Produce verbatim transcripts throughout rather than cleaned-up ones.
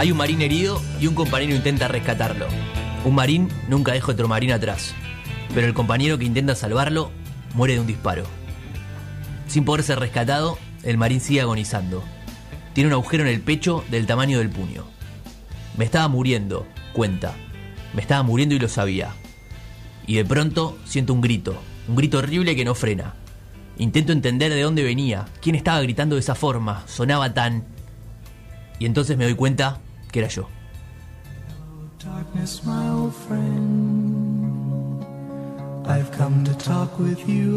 Hay un marín herido y un compañero intenta rescatarlo. Un marín nunca deja otro marín atrás, pero el compañero que intenta salvarlo muere de un disparo. Sin poder ser rescatado, el marín sigue agonizando. Tiene un agujero en el pecho del tamaño del puño. Me estaba muriendo, cuenta. Me estaba muriendo y lo sabía. Y de pronto siento un grito, un grito horrible que no frena. Intento entender de dónde venía, quién estaba gritando de esa forma, sonaba tan... Y entonces me doy cuenta que era yo. Darkness, my old friend, I've come to talk with you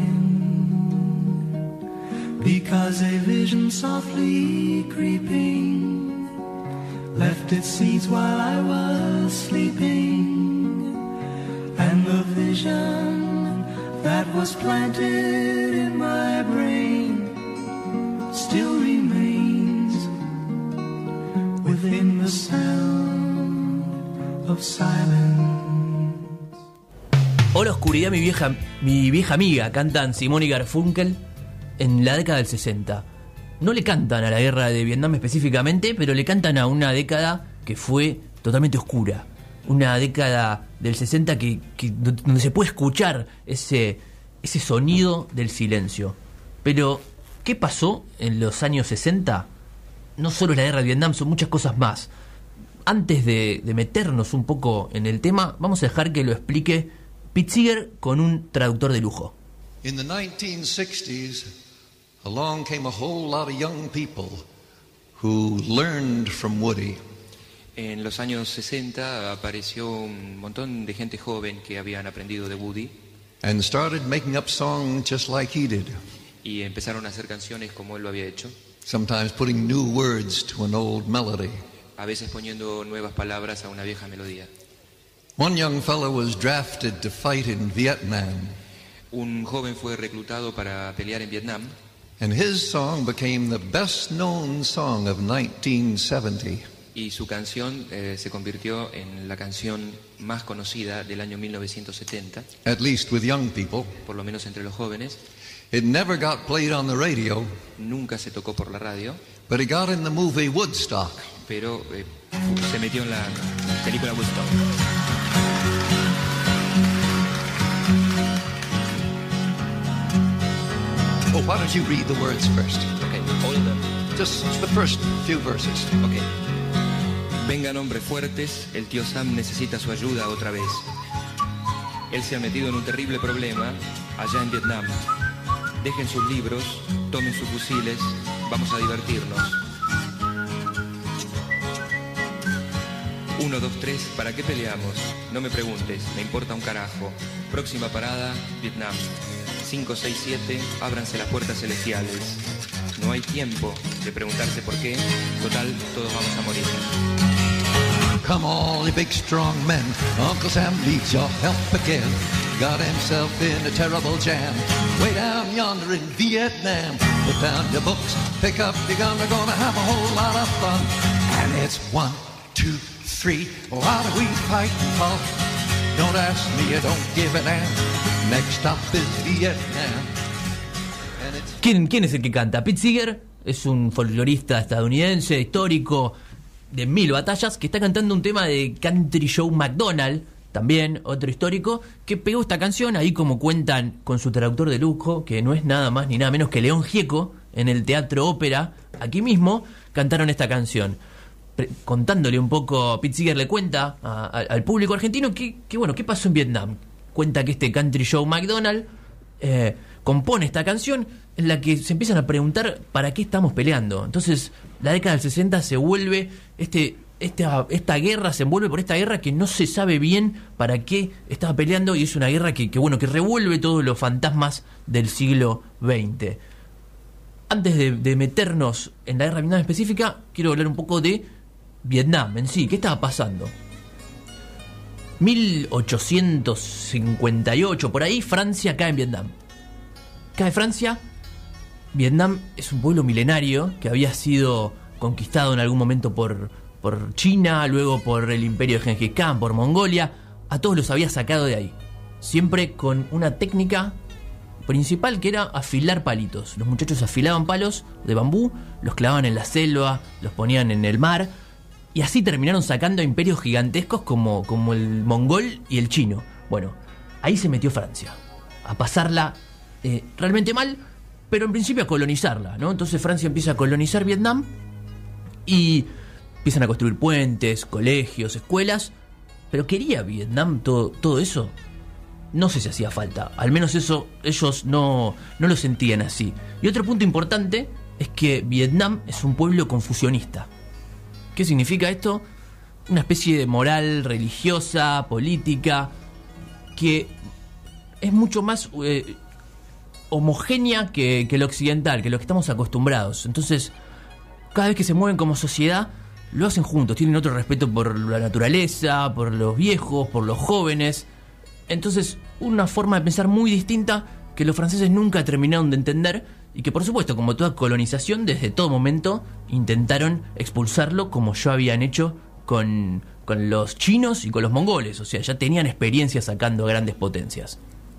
again, because a vision softly creeping left its seeds while I was sleeping, and the vision that was planted in my brain still remains within the sound of silence. Hola oscuridad, mi vieja, mi vieja amiga, cantan Simón y Garfunkel en la década del sesenta. No le cantan a la guerra de Vietnam específicamente, pero le cantan a una década que fue totalmente oscura. Una década del sesenta que, que, donde se puede escuchar ese, ese sonido del silencio. Pero, ¿qué pasó en los años sesenta? No solo la guerra de Vietnam, son muchas cosas más. Antes de, de meternos un poco en el tema, vamos a dejar que lo explique Pete Seeger con un traductor de lujo. In the nineteen sixties, along came a whole lot of young people who learned from Woody. En los años sesenta apareció un montón de gente joven que habían aprendido de Woody. And started making up songs just like he did. Y empezaron a hacer canciones como él lo había hecho. Sometimes putting new words to an old melody. A veces poniendo nuevas palabras a una vieja melodía. One young fellow was drafted to fight in Vietnam. Un joven fue reclutado para pelear en Vietnam. And his song became the best known song of nineteen seventy. Y su canción eh, se convirtió en la canción más conocida del año mil novecientos setenta. At least with young people. Por lo menos entre los jóvenes. It never got played on the radio. Nunca se tocó por la radio. But it got in the movie Woodstock. Pero eh, se metió en la película Woodstock. Oh, why don't you read the words first? Okay, all of them. Just the first few verses. Okay. Vengan hombres fuertes, el tío Sam necesita su ayuda otra vez. Él se ha metido en un terrible problema allá en Vietnam. Dejen sus libros, tomen sus fusiles, vamos a divertirnos. Uno, dos, tres, ¿para qué peleamos? No me preguntes, me importa un carajo. Próxima parada, Vietnam. Cinco, seis, siete, ábranse las puertas celestiales. No hay tiempo de preguntarse por qué. Total, todos vamos a morir. Come all you big strong men, Uncle Sam needs your help again. Got himself in a terrible jam, way down yonder in Vietnam. Put down your books, pick up your gun, we're gonna have a whole lot of fun. And it's one, two, three, what are we fighting for? Don't ask me, I don't give a damn. Next stop is Vietnam. ¿Quién, ¿Quién es el que canta? Pete Seeger es un folclorista estadounidense, histórico, de mil batallas, que está cantando un tema de Country Joe McDonald, también otro histórico, que pegó esta canción, ahí como cuentan con su traductor de lujo, que no es nada más ni nada menos que León Gieco, en el Teatro Ópera, aquí mismo, cantaron esta canción. Pre- contándole un poco, Pete Seeger le cuenta a, a, al público argentino que, que, bueno, qué pasó en Vietnam. Cuenta que este Country Joe McDonald eh, compone esta canción en la que se empiezan a preguntar para qué estamos peleando. Entonces, la década del sesenta se vuelve, este, esta, esta guerra se envuelve por esta guerra que no se sabe bien para qué estaba peleando, y es una guerra que, que bueno, que revuelve todos los fantasmas del siglo veinte. Antes de, de meternos en la guerra de Vietnam específica, quiero hablar un poco de Vietnam en sí. ¿Qué estaba pasando? mil ochocientos cincuenta y ocho, por ahí, Francia cae en Vietnam. Cae Francia. Vietnam es un pueblo milenario que había sido conquistado en algún momento por, por China, luego por el imperio de Gengis Khan, por Mongolia. A todos los había sacado de ahí, siempre con una técnica principal que era afilar palitos. Los muchachos afilaban palos de bambú, los clavaban en la selva, los ponían en el mar Y así terminaron sacando imperios gigantescos como, como el mongol y el chino. Bueno, ahí se metió Francia, a pasarla eh, realmente mal, pero en principio a colonizarla, ¿no? Entonces Francia empieza a colonizar Vietnam y empiezan a construir puentes, colegios, escuelas. Pero ¿quería Vietnam todo, todo eso? No sé si hacía falta. Al menos eso ellos no, no lo sentían así. Y otro punto importante es que Vietnam es un pueblo confucionista. ¿Qué significa esto? Una especie de moral religiosa, política, que es mucho más eh, homogénea que, que lo occidental, que lo que estamos acostumbrados. Entonces, cada vez que se mueven como sociedad, lo hacen juntos. Tienen otro respeto por la naturaleza, por los viejos, por los jóvenes. Entonces, una forma de pensar muy distinta que los franceses nunca terminaron de entender y que, por supuesto, como toda colonización, desde todo momento intentaron expulsarlo, como ya habían hecho con, con los chinos y con los mongoles. O sea, ya tenían experiencia sacando grandes potencias.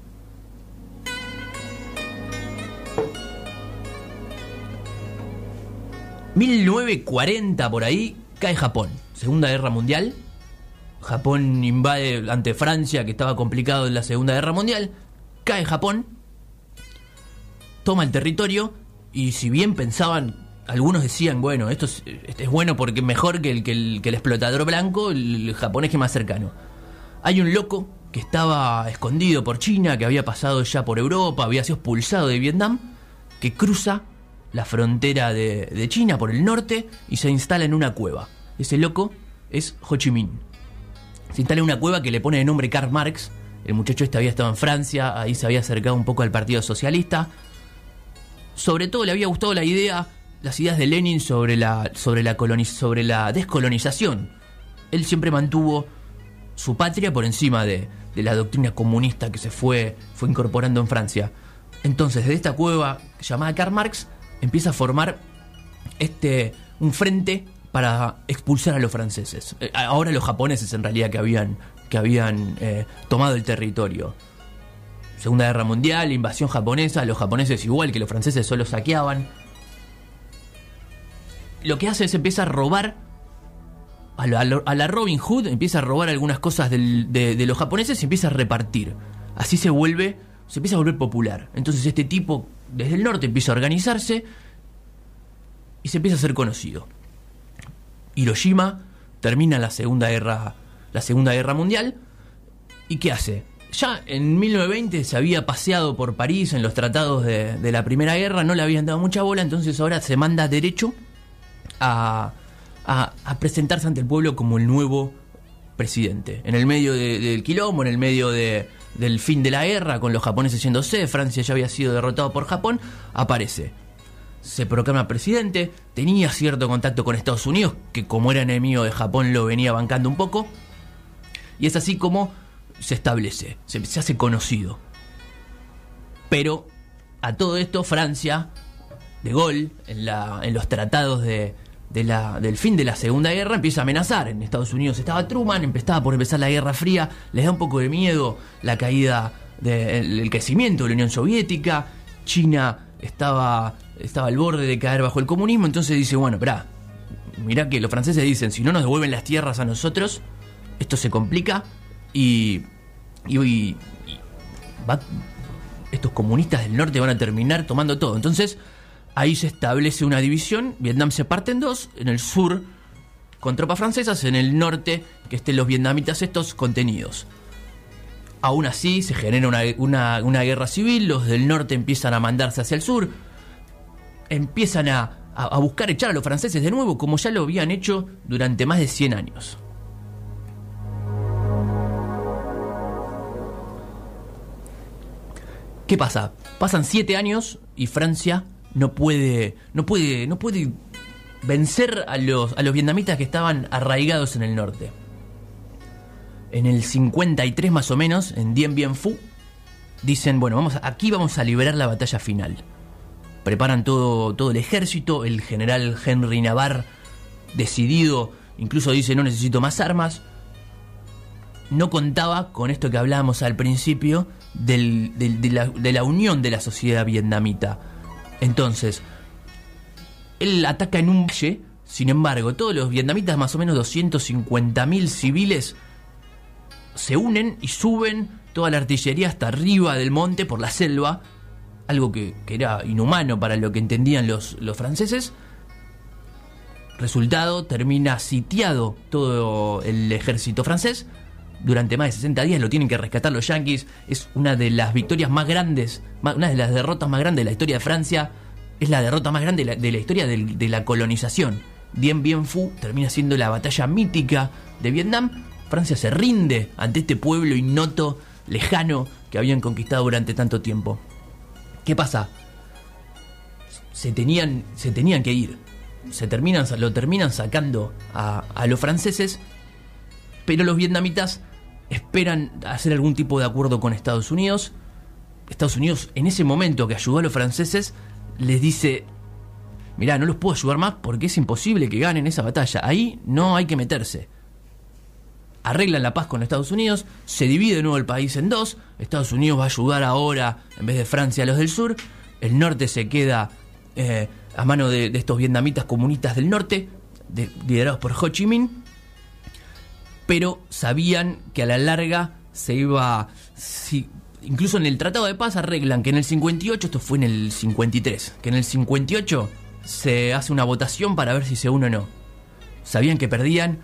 mil novecientos cuarenta, por ahí, cae Japón. Segunda Guerra Mundial. Japón invade ante Francia, que estaba complicado en la Segunda Guerra Mundial. Cae Japón, toma el territorio, y si bien pensaban, algunos decían, bueno, esto es, esto es bueno porque es mejor que el, que, el, que el explotador blanco, el japonés que es más cercano. Hay un loco que estaba escondido por China, que había pasado ya por Europa, había sido expulsado de Vietnam, que cruza la frontera de, de China por el norte y se instala en una cueva. Ese loco es Ho Chi Minh. Se instala en una cueva que le pone de nombre Karl Marx. El muchacho este había estado en Francia, ahí se había acercado un poco al Partido Socialista. Sobre todo le había gustado la idea, las ideas de Lenin sobre la, sobre la, coloniz- sobre la descolonización. Él siempre mantuvo su patria por encima de, de la doctrina comunista que se fue, fue incorporando en Francia. Entonces, desde esta cueva llamada Karl Marx, empieza a formar este un frente para expulsar a los franceses. Eh, ahora los japoneses en realidad que habían, que habían eh, tomado el territorio. Segunda Guerra Mundial, invasión japonesa, los japoneses igual que los franceses solo saqueaban. Lo que hace es empieza a robar a la, a la Robin Hood, empieza a robar algunas cosas del, de, de los japoneses y empieza a repartir. Así se vuelve, se empieza a volver popular. Entonces este tipo desde el norte empieza a organizarse y se empieza a ser conocido. Hiroshima termina la Segunda Guerra, la Segunda Guerra Mundial. ¿Y qué hace? Ya en mil novecientos veinte se había paseado por París en los tratados de, de la Primera Guerra, no le habían dado mucha bola, entonces ahora se manda derecho a, a, a presentarse ante el pueblo como el nuevo presidente. En el medio de, del quilombo, en el medio de, del fin de la guerra, con los japoneses yéndose, Francia ya había sido derrotado por Japón, aparece. Se proclama presidente, tenía cierto contacto con Estados Unidos, que como era enemigo de Japón lo venía bancando un poco, y es así como se establece, se, se hace conocido. Pero a todo esto Francia, de Gaulle, en, la, en los tratados de, de la, del fin de la Segunda Guerra, empieza a amenazar. En Estados Unidos estaba Truman, empezaba por empezar la Guerra Fría, les da un poco de miedo la caída del de, crecimiento de la Unión Soviética. China estaba, estaba al borde de caer bajo el comunismo, entonces dice, bueno, esperá, mirá que los franceses dicen, si no nos devuelven las tierras a nosotros, esto se complica. Y, y, y va, estos comunistas del norte van a terminar tomando todo. Entonces ahí se establece una división. Vietnam se parte en dos, en el sur con tropas francesas, en el norte que estén los vietnamitas estos contenidos. Aún así se genera una, una, una guerra civil. Los del norte empiezan a mandarse hacia el sur, empiezan a, a, a buscar echar a los franceses de nuevo, como ya lo habían hecho durante más de cien años. ¿Qué pasa? Pasan siete años y Francia no puede, no puede, no puede vencer a los, a los vietnamitas que estaban arraigados en el norte. En el cincuenta y tres más o menos, en Dien Bien Phu, dicen, bueno, vamos a, aquí vamos a liberar la batalla final. Preparan todo, todo el ejército, el general Henry Navarre, decidido, incluso dice, no necesito más armas. No contaba con esto que hablábamos al principio del, del, de, la, de la unión de la sociedad vietnamita. Entonces, él ataca en un valle Sin embargo, todos los vietnamitas, más o menos doscientos cincuenta mil civiles, se unen y suben toda la artillería hasta arriba del monte por la selva, algo que, que era inhumano para lo que entendían los, los franceses. Resultado, termina sitiado todo el ejército francés. Durante más de sesenta días lo tienen que rescatar los yanquis. Es una de las victorias más grandes, una de las derrotas más grandes de la historia de Francia. Es la derrota más grande de la, de la historia de, de la colonización. Dien Bien Phu termina siendo la batalla mítica de Vietnam. Francia se rinde ante este pueblo ignoto, lejano, que habían conquistado durante tanto tiempo. ¿Qué pasa? Se tenían, se tenían que ir. Se terminan, lo terminan sacando a, a los franceses, pero los vietnamitas esperan hacer algún tipo de acuerdo con Estados Unidos. Estados Unidos, en ese momento que ayudó a los franceses, les dice: mirá, no los puedo ayudar más porque es imposible que ganen esa batalla. Ahí no hay que meterse. Arreglan la paz con Estados Unidos, se divide de nuevo el país en dos. Estados Unidos va a ayudar ahora, en vez de Francia, a los del sur. El norte se queda eh, a mano de, de estos vietnamitas comunistas del norte, de, liderados por Ho Chi Minh. Pero sabían que a la larga se iba... Si, incluso en el Tratado de Paz arreglan que en el cincuenta y ocho, esto fue en el cincuenta y tres, que en el cincuenta y ocho se hace una votación para ver si se une o no. Sabían que perdían.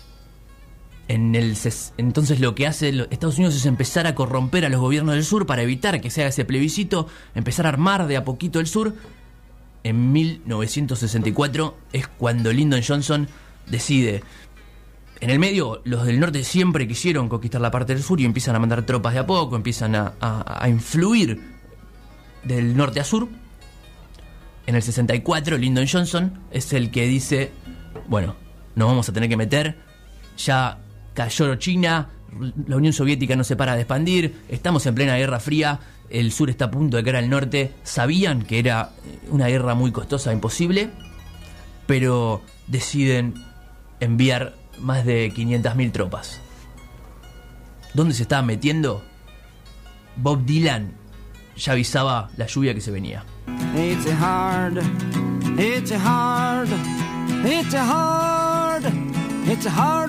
En el, entonces lo que hace Estados Unidos es empezar a corromper a los gobiernos del sur para evitar que se haga ese plebiscito, empezar a armar de a poquito el sur. En mil novecientos sesenta y cuatro es cuando Lyndon Johnson decide. En el medio, los del norte siempre quisieron conquistar la parte del sur y empiezan a mandar tropas de a poco, empiezan a, a, a influir del norte a sur. En el sesenta y cuatro, Lyndon Johnson es el que dice: bueno, nos vamos a tener que meter, ya cayó China, la Unión Soviética no se para de expandir, estamos en plena Guerra Fría, el sur está a punto de caer al norte. Sabían que era una guerra muy costosa, imposible, pero deciden enviar más de quinientas mil tropas. ¿Dónde se estaban metiendo? Bob Dylan ya avisaba la lluvia que se venía. It's a hard, it's a hard, it's a hard, it's a hard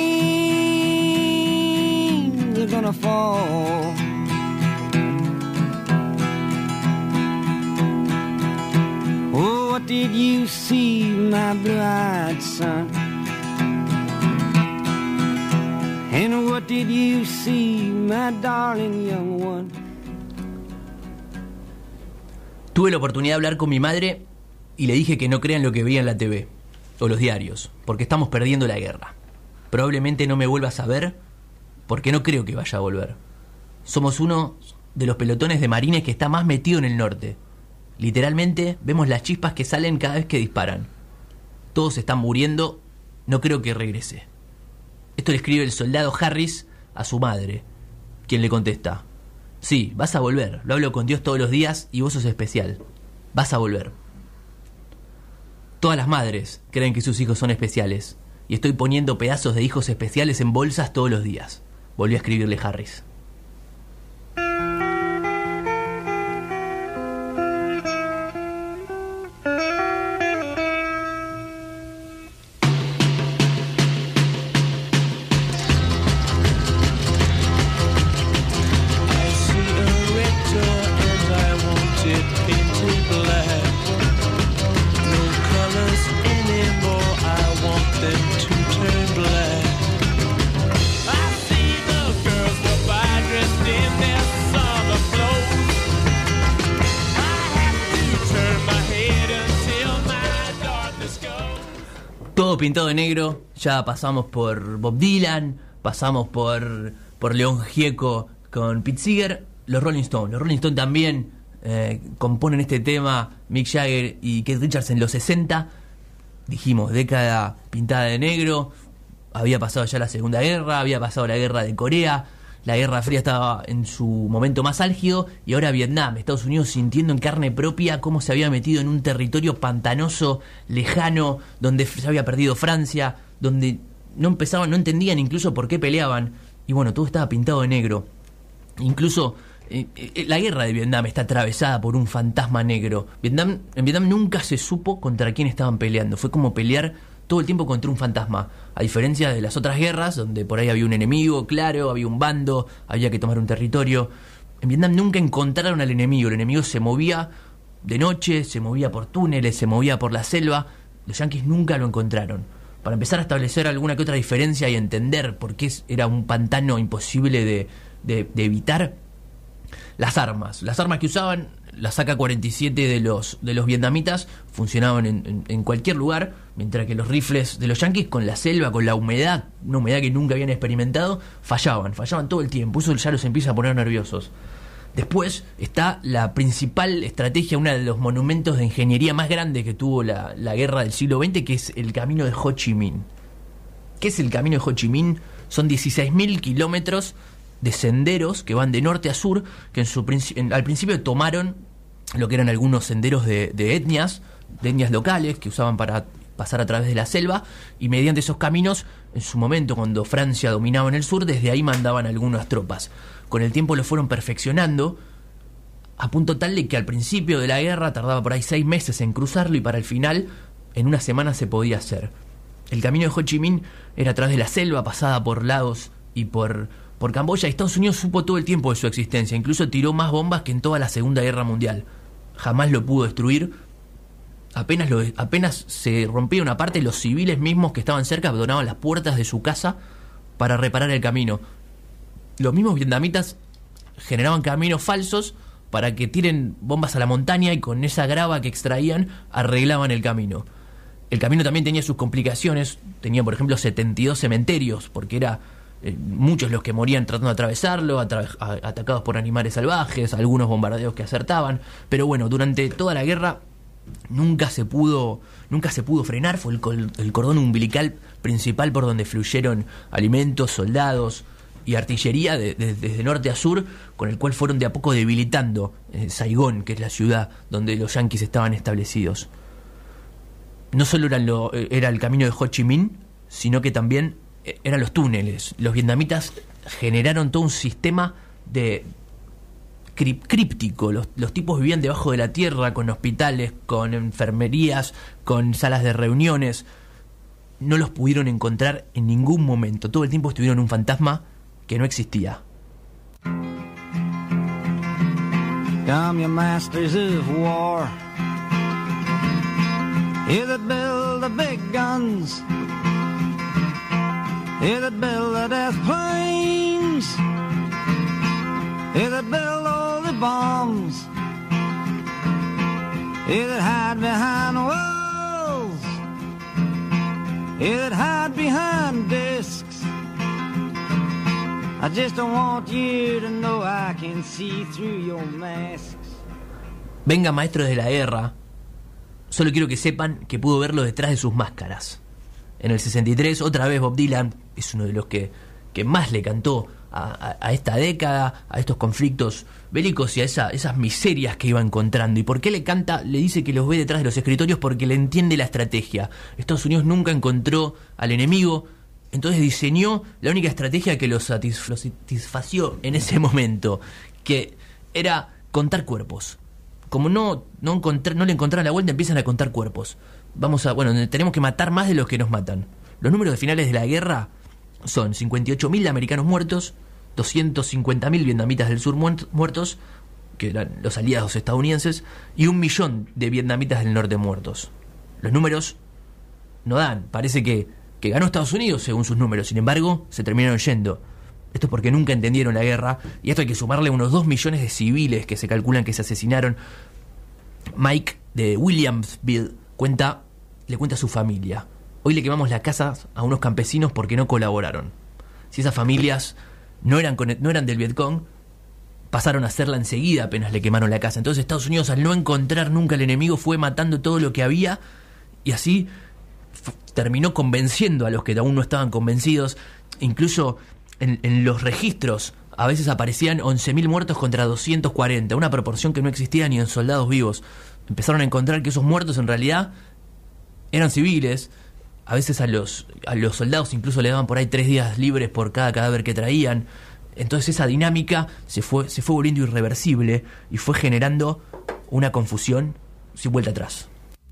rain that's gonna fall. Oh, what did you see, my blue-eyed son? And what did you see, my darling young one? Tuve la oportunidad de hablar con mi madre y le dije que no crean lo que veía en la T V o los diarios, porque estamos perdiendo la guerra. Probablemente no me vuelvas a ver, porque no creo que vaya a volver. Somos uno de los pelotones de marines que está más metido en el norte. Literalmente vemos las chispas que salen cada vez que disparan. Todos están muriendo, no creo que regrese. Esto le escribe el soldado Harris a su madre, quien le contesta: sí, vas a volver, lo hablo con Dios todos los días y vos sos especial, vas a volver. Todas las madres creen que sus hijos son especiales y estoy poniendo pedazos de hijos especiales en bolsas todos los días, volvió a escribirle Harris. Todo pintado de negro. Ya pasamos por Bob Dylan, pasamos por, por León Gieco con Pete Seeger, los Rolling Stones. Los Rolling Stones también eh, componen este tema, Mick Jagger y Keith Richards en los sesenta. Dijimos, década pintada de negro. Había pasado ya la Segunda Guerra, había pasado la Guerra de Corea, la Guerra Fría estaba en su momento más álgido, y ahora Vietnam, Estados Unidos sintiendo en carne propia cómo se había metido en un territorio pantanoso, lejano, donde se había perdido Francia, donde no empezaban, no entendían incluso por qué peleaban, y bueno, todo estaba pintado de negro. Incluso Eh, eh, la guerra de Vietnam está atravesada por un fantasma negro. Vietnam, en Vietnam nunca se supo contra quién estaban peleando. Fue como pelear todo el tiempo contra un fantasma. A diferencia de las otras guerras, donde por ahí había un enemigo, claro, había un bando, había que tomar un territorio. En Vietnam nunca encontraron al enemigo. El enemigo se movía de noche, se movía por túneles, se movía por la selva. Los yanquis nunca lo encontraron. Para empezar a establecer alguna que otra diferencia y entender por qué era un pantano imposible de, de, de evitar, las armas. Las armas que usaban, las A K cuarenta y siete de los, de los vietnamitas, funcionaban en, en, en cualquier lugar, mientras que los rifles de los yanquis, con la selva, con la humedad, una humedad que nunca habían experimentado, fallaban, fallaban todo el tiempo. Eso ya los empieza a poner nerviosos. Después está la principal estrategia, uno de los monumentos de ingeniería más grandes que tuvo la, la guerra del siglo veinte, que es el camino de Ho Chi Minh. ¿Qué es el camino de Ho Chi Minh? Son dieciséis mil kilómetros de senderos que van de norte a sur, que en su en, al principio tomaron lo que eran algunos senderos de, de etnias, de etnias locales que usaban para pasar a través de la selva, y mediante esos caminos, en su momento cuando Francia dominaba en el sur, desde ahí mandaban algunas tropas. Con el tiempo lo fueron perfeccionando a punto tal de que al principio de la guerra tardaba por ahí seis meses en cruzarlo, y para el final en una semana se podía hacer. El camino de Ho Chi Minh era a través de la selva, pasada por Laos y por, por Camboya, y Estados Unidos supo todo el tiempo de su existencia. Incluso tiró más bombas que en toda la Segunda Guerra Mundial. Jamás lo pudo destruir. Apenas, lo, apenas se rompía una parte, los civiles mismos que estaban cerca donaban las puertas de su casa para reparar el camino. Los mismos vietnamitas generaban caminos falsos para que tiren bombas a la montaña, y con esa grava que extraían arreglaban el camino. El camino también tenía sus complicaciones. Tenía, por ejemplo, setenta y dos cementerios, porque era eh, muchos los que morían tratando de atravesarlo, atra- a- atacados por animales salvajes, algunos bombardeos que acertaban. Pero bueno, durante toda la guerra nunca se pudo nunca se pudo frenar. Fue el, col- el cordón umbilical principal por donde fluyeron alimentos, soldados y artillería de, de, desde norte a sur, con el cual fueron de a poco debilitando eh, Saigón, que es la ciudad donde los yanquis estaban establecidos. No solo eran lo, era el camino de Ho Chi Minh, sino que también eran los túneles. Los vietnamitas generaron todo un sistema de crip, críptico. Los, los tipos vivían debajo de la tierra, con hospitales, con enfermerías, con salas de reuniones. No los pudieron encontrar en ningún momento. Todo el tiempo estuvieron un fantasma que no existía. Come, you masters of war, you that build the big guns, you that build the death planes, you that build all the bombs, you that hide behind walls, you that hide behind discs. I just don't want you to know I can see through your masks. Venga, maestros de la guerra, solo quiero que sepan que pudo verlo detrás de sus máscaras. En el sesenta y tres, otra vez Bob Dylan es uno de los que, que más le cantó a, a, a esta década, a estos conflictos bélicos y a esa, esas miserias que iba encontrando. ¿Y por qué le canta? Le dice que los ve detrás de los escritorios porque le entiende la estrategia. Estados Unidos nunca encontró al enemigo, entonces diseñó la única estrategia que lo satisfació en ese momento, que era contar cuerpos. Como no no, encontrar, no le encontraron la vuelta, empiezan a contar cuerpos. Vamos a, bueno, tenemos que matar más de los que nos matan. Los números de finales de la guerra son cincuenta y ocho mil americanos muertos, doscientos cincuenta mil vietnamitas del sur muertos, que eran los aliados estadounidenses, y un millón de vietnamitas del norte muertos. Los números no dan, parece que, que ganó Estados Unidos según sus números, sin embargo, se terminaron yendo. Esto es porque nunca entendieron la guerra, y esto hay que sumarle unos dos millones de civiles que se calculan que se asesinaron. Mike de Williamsville cuenta, le cuenta a su familia: hoy le quemamos la casa a unos campesinos porque no colaboraron. Si esas familias no eran, no eran del Vietcong, pasaron a hacerla enseguida apenas le quemaron la casa. Entonces Estados Unidos, al no encontrar nunca al enemigo, fue matando todo lo que había, y así f- terminó convenciendo a los que aún no estaban convencidos. Incluso en, en los registros a veces aparecían once mil muertos contra doscientos cuarenta, una proporción que no existía ni en soldados vivos. Empezaron a encontrar que esos muertos en realidad eran civiles. A veces a los, a los soldados incluso le daban por ahí tres días libres por cada cadáver que traían. Entonces esa dinámica se fue, se fue volviendo irreversible y fue generando una confusión sin vuelta atrás.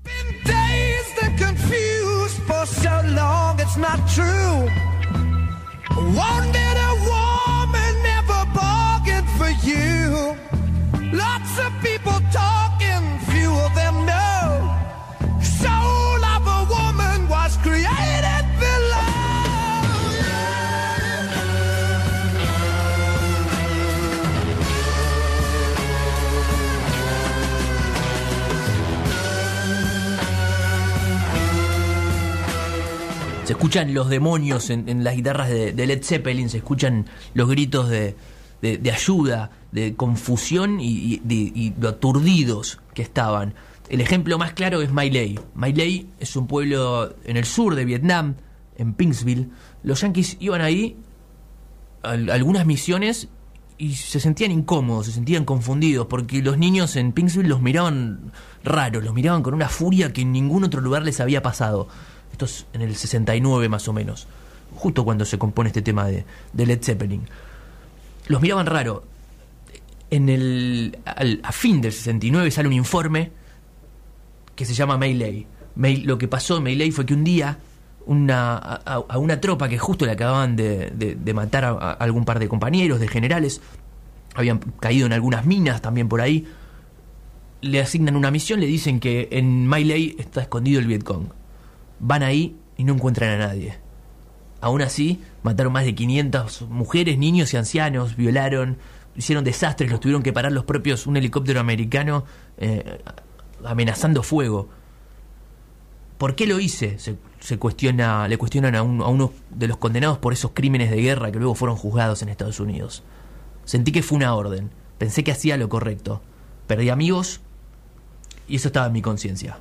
Se escuchan los demonios en, en las guitarras de, de Led Zeppelin, se escuchan los gritos de, de, de ayuda, de confusión y, y, de, y lo aturdidos que estaban. El ejemplo más claro es My Lai. My Lai es un pueblo en el sur de Vietnam, en Pinksville. Los yanquis iban ahí a, a algunas misiones y se sentían incómodos, se sentían confundidos, porque los niños en Pinksville los miraban raros, los miraban con una furia que en ningún otro lugar les había pasado. Esto es en el sesenta y nueve más o menos, justo cuando se compone este tema de, de Led Zeppelin. Los miraban raro. En el, al, a fin del sesenta y nueve sale un informe que se llama My Lai. May, lo que pasó en My Lai fue que un día una, a, a una tropa que justo le acababan de, de, de matar a, a algún par de compañeros, de generales, habían caído en algunas minas también por ahí, le asignan una misión, le dicen que en My Lai está escondido el Vietcong. Van ahí y no encuentran a nadie. Aún así, mataron más de quinientas mujeres, niños y ancianos, violaron, hicieron desastres, los tuvieron que parar los propios, un helicóptero americano eh, amenazando fuego. ¿Por qué lo hice? Se, se cuestiona, le cuestionan a, un, a uno de los condenados por esos crímenes de guerra que luego fueron juzgados en Estados Unidos. Sentí que fue una orden, pensé que hacía lo correcto. Perdí amigos y eso estaba en mi conciencia.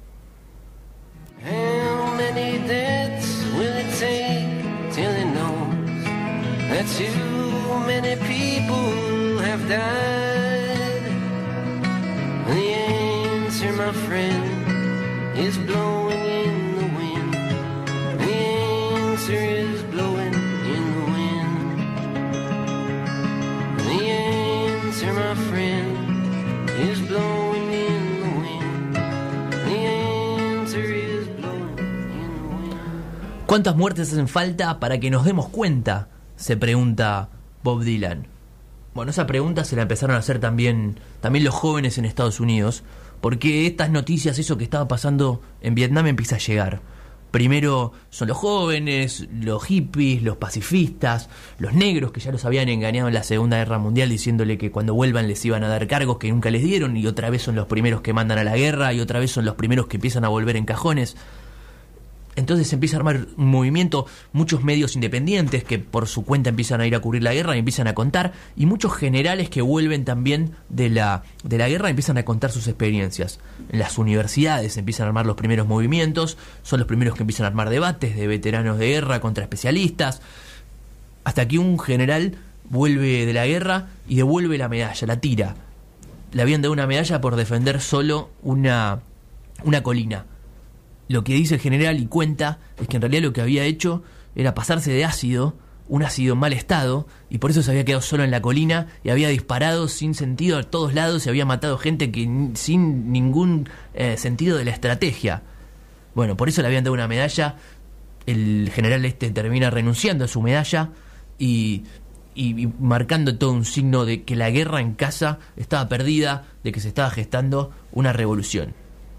How many deaths will it take till it knows that too many people have died? The answer, my friend, is blowing in the wind. The answer is blowing in the wind. The answer, my friend, is blowing in the wind. The answer is ¿Cuántas muertes hacen falta para que nos demos cuenta? Se pregunta Bob Dylan. Bueno, esa pregunta se la empezaron a hacer también, también los jóvenes en Estados Unidos, porque estas noticias, eso que estaba pasando en Vietnam empieza a llegar. Primero son los jóvenes, los hippies, los pacifistas, los negros que ya los habían engañado en la Segunda Guerra Mundial diciéndole que cuando vuelvan les iban a dar cargos que nunca les dieron, y otra vez son los primeros que mandan a la guerra y otra vez son los primeros que empiezan a volver en cajones. Entonces se empieza a armar un movimiento, muchos medios independientes que por su cuenta empiezan a ir a cubrir la guerra y empiezan a contar, y muchos generales que vuelven también de la, de la guerra empiezan a contar sus experiencias. En las universidades empiezan a armar los primeros movimientos, son los primeros que empiezan a armar debates de veteranos de guerra contra especialistas, hasta que un general vuelve de la guerra y devuelve la medalla, la tira. Le habían dado una medalla por defender solo una, una colina. Lo que dice el general y cuenta es que en realidad lo que había hecho era pasarse de ácido, un ácido en mal estado, y por eso se había quedado solo en la colina y había disparado sin sentido a todos lados y había matado gente que sin ningún eh, sentido de la estrategia. Bueno, por eso le habían dado una medalla. El general este termina renunciando a su medalla y, y, y marcando todo un signo de que la guerra en casa estaba perdida, de que se estaba gestando una revolución.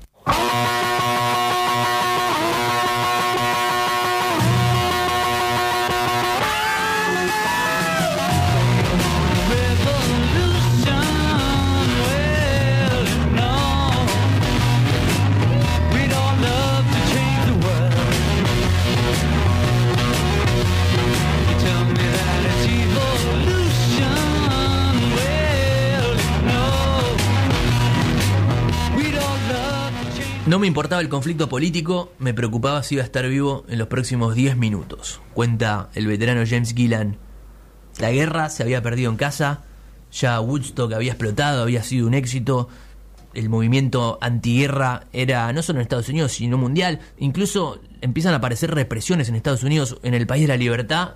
No me importaba el conflicto político, me preocupaba si iba a estar vivo en los próximos diez minutos, cuenta el veterano James Gillan. La guerra se había perdido en casa, ya Woodstock había explotado, había sido un éxito, el movimiento antiguerra era no solo en Estados Unidos, sino mundial. Incluso empiezan a aparecer represiones en Estados Unidos, en el país de la libertad,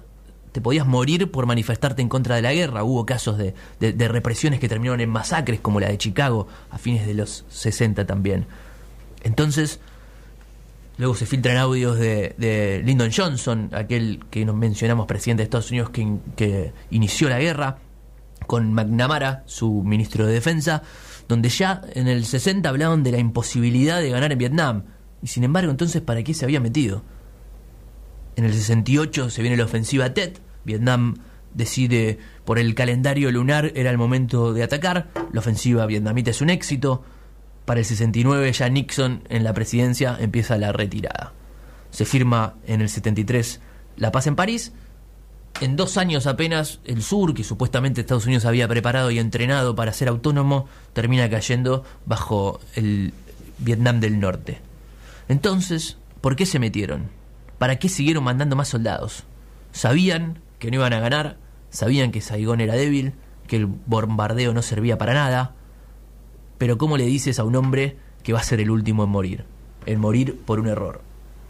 te podías morir por manifestarte en contra de la guerra. Hubo casos de, de, de represiones que terminaron en masacres, como la de Chicago a fines de los sesenta también. Entonces, luego se filtran audios de, de Lyndon Johnson, aquel que nos mencionamos, presidente de Estados Unidos, que, que inició la guerra, con McNamara, su ministro de Defensa, donde ya en el sesenta hablaban de la imposibilidad de ganar en Vietnam. Y sin embargo, entonces, ¿para qué se había metido? En el sesenta y ocho se viene la ofensiva Tet. Vietnam decide, por el calendario lunar, era el momento de atacar. La ofensiva vietnamita es un éxito. Para el sesenta y nueve, ya Nixon en la presidencia empieza la retirada. Se firma en el setenta y tres la paz en París. En dos años apenas, el sur, que supuestamente Estados Unidos había preparado y entrenado para ser autónomo, termina cayendo bajo el Vietnam del Norte. Entonces, ¿por qué se metieron? ¿Para qué siguieron mandando más soldados? Sabían que no iban a ganar, sabían que Saigón era débil, que el bombardeo no servía para nada, pero ¿cómo le dices a un hombre que va a ser el último en morir? En morir por un error.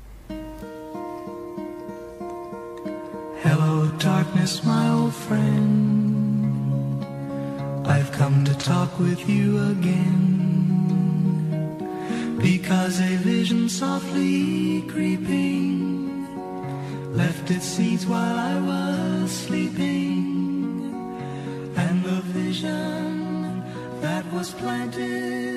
Hello, darkness, my old friend. I've come to talk with you again, because a vision softly creeping left its seeds while I was sleeping, and the vision that was planted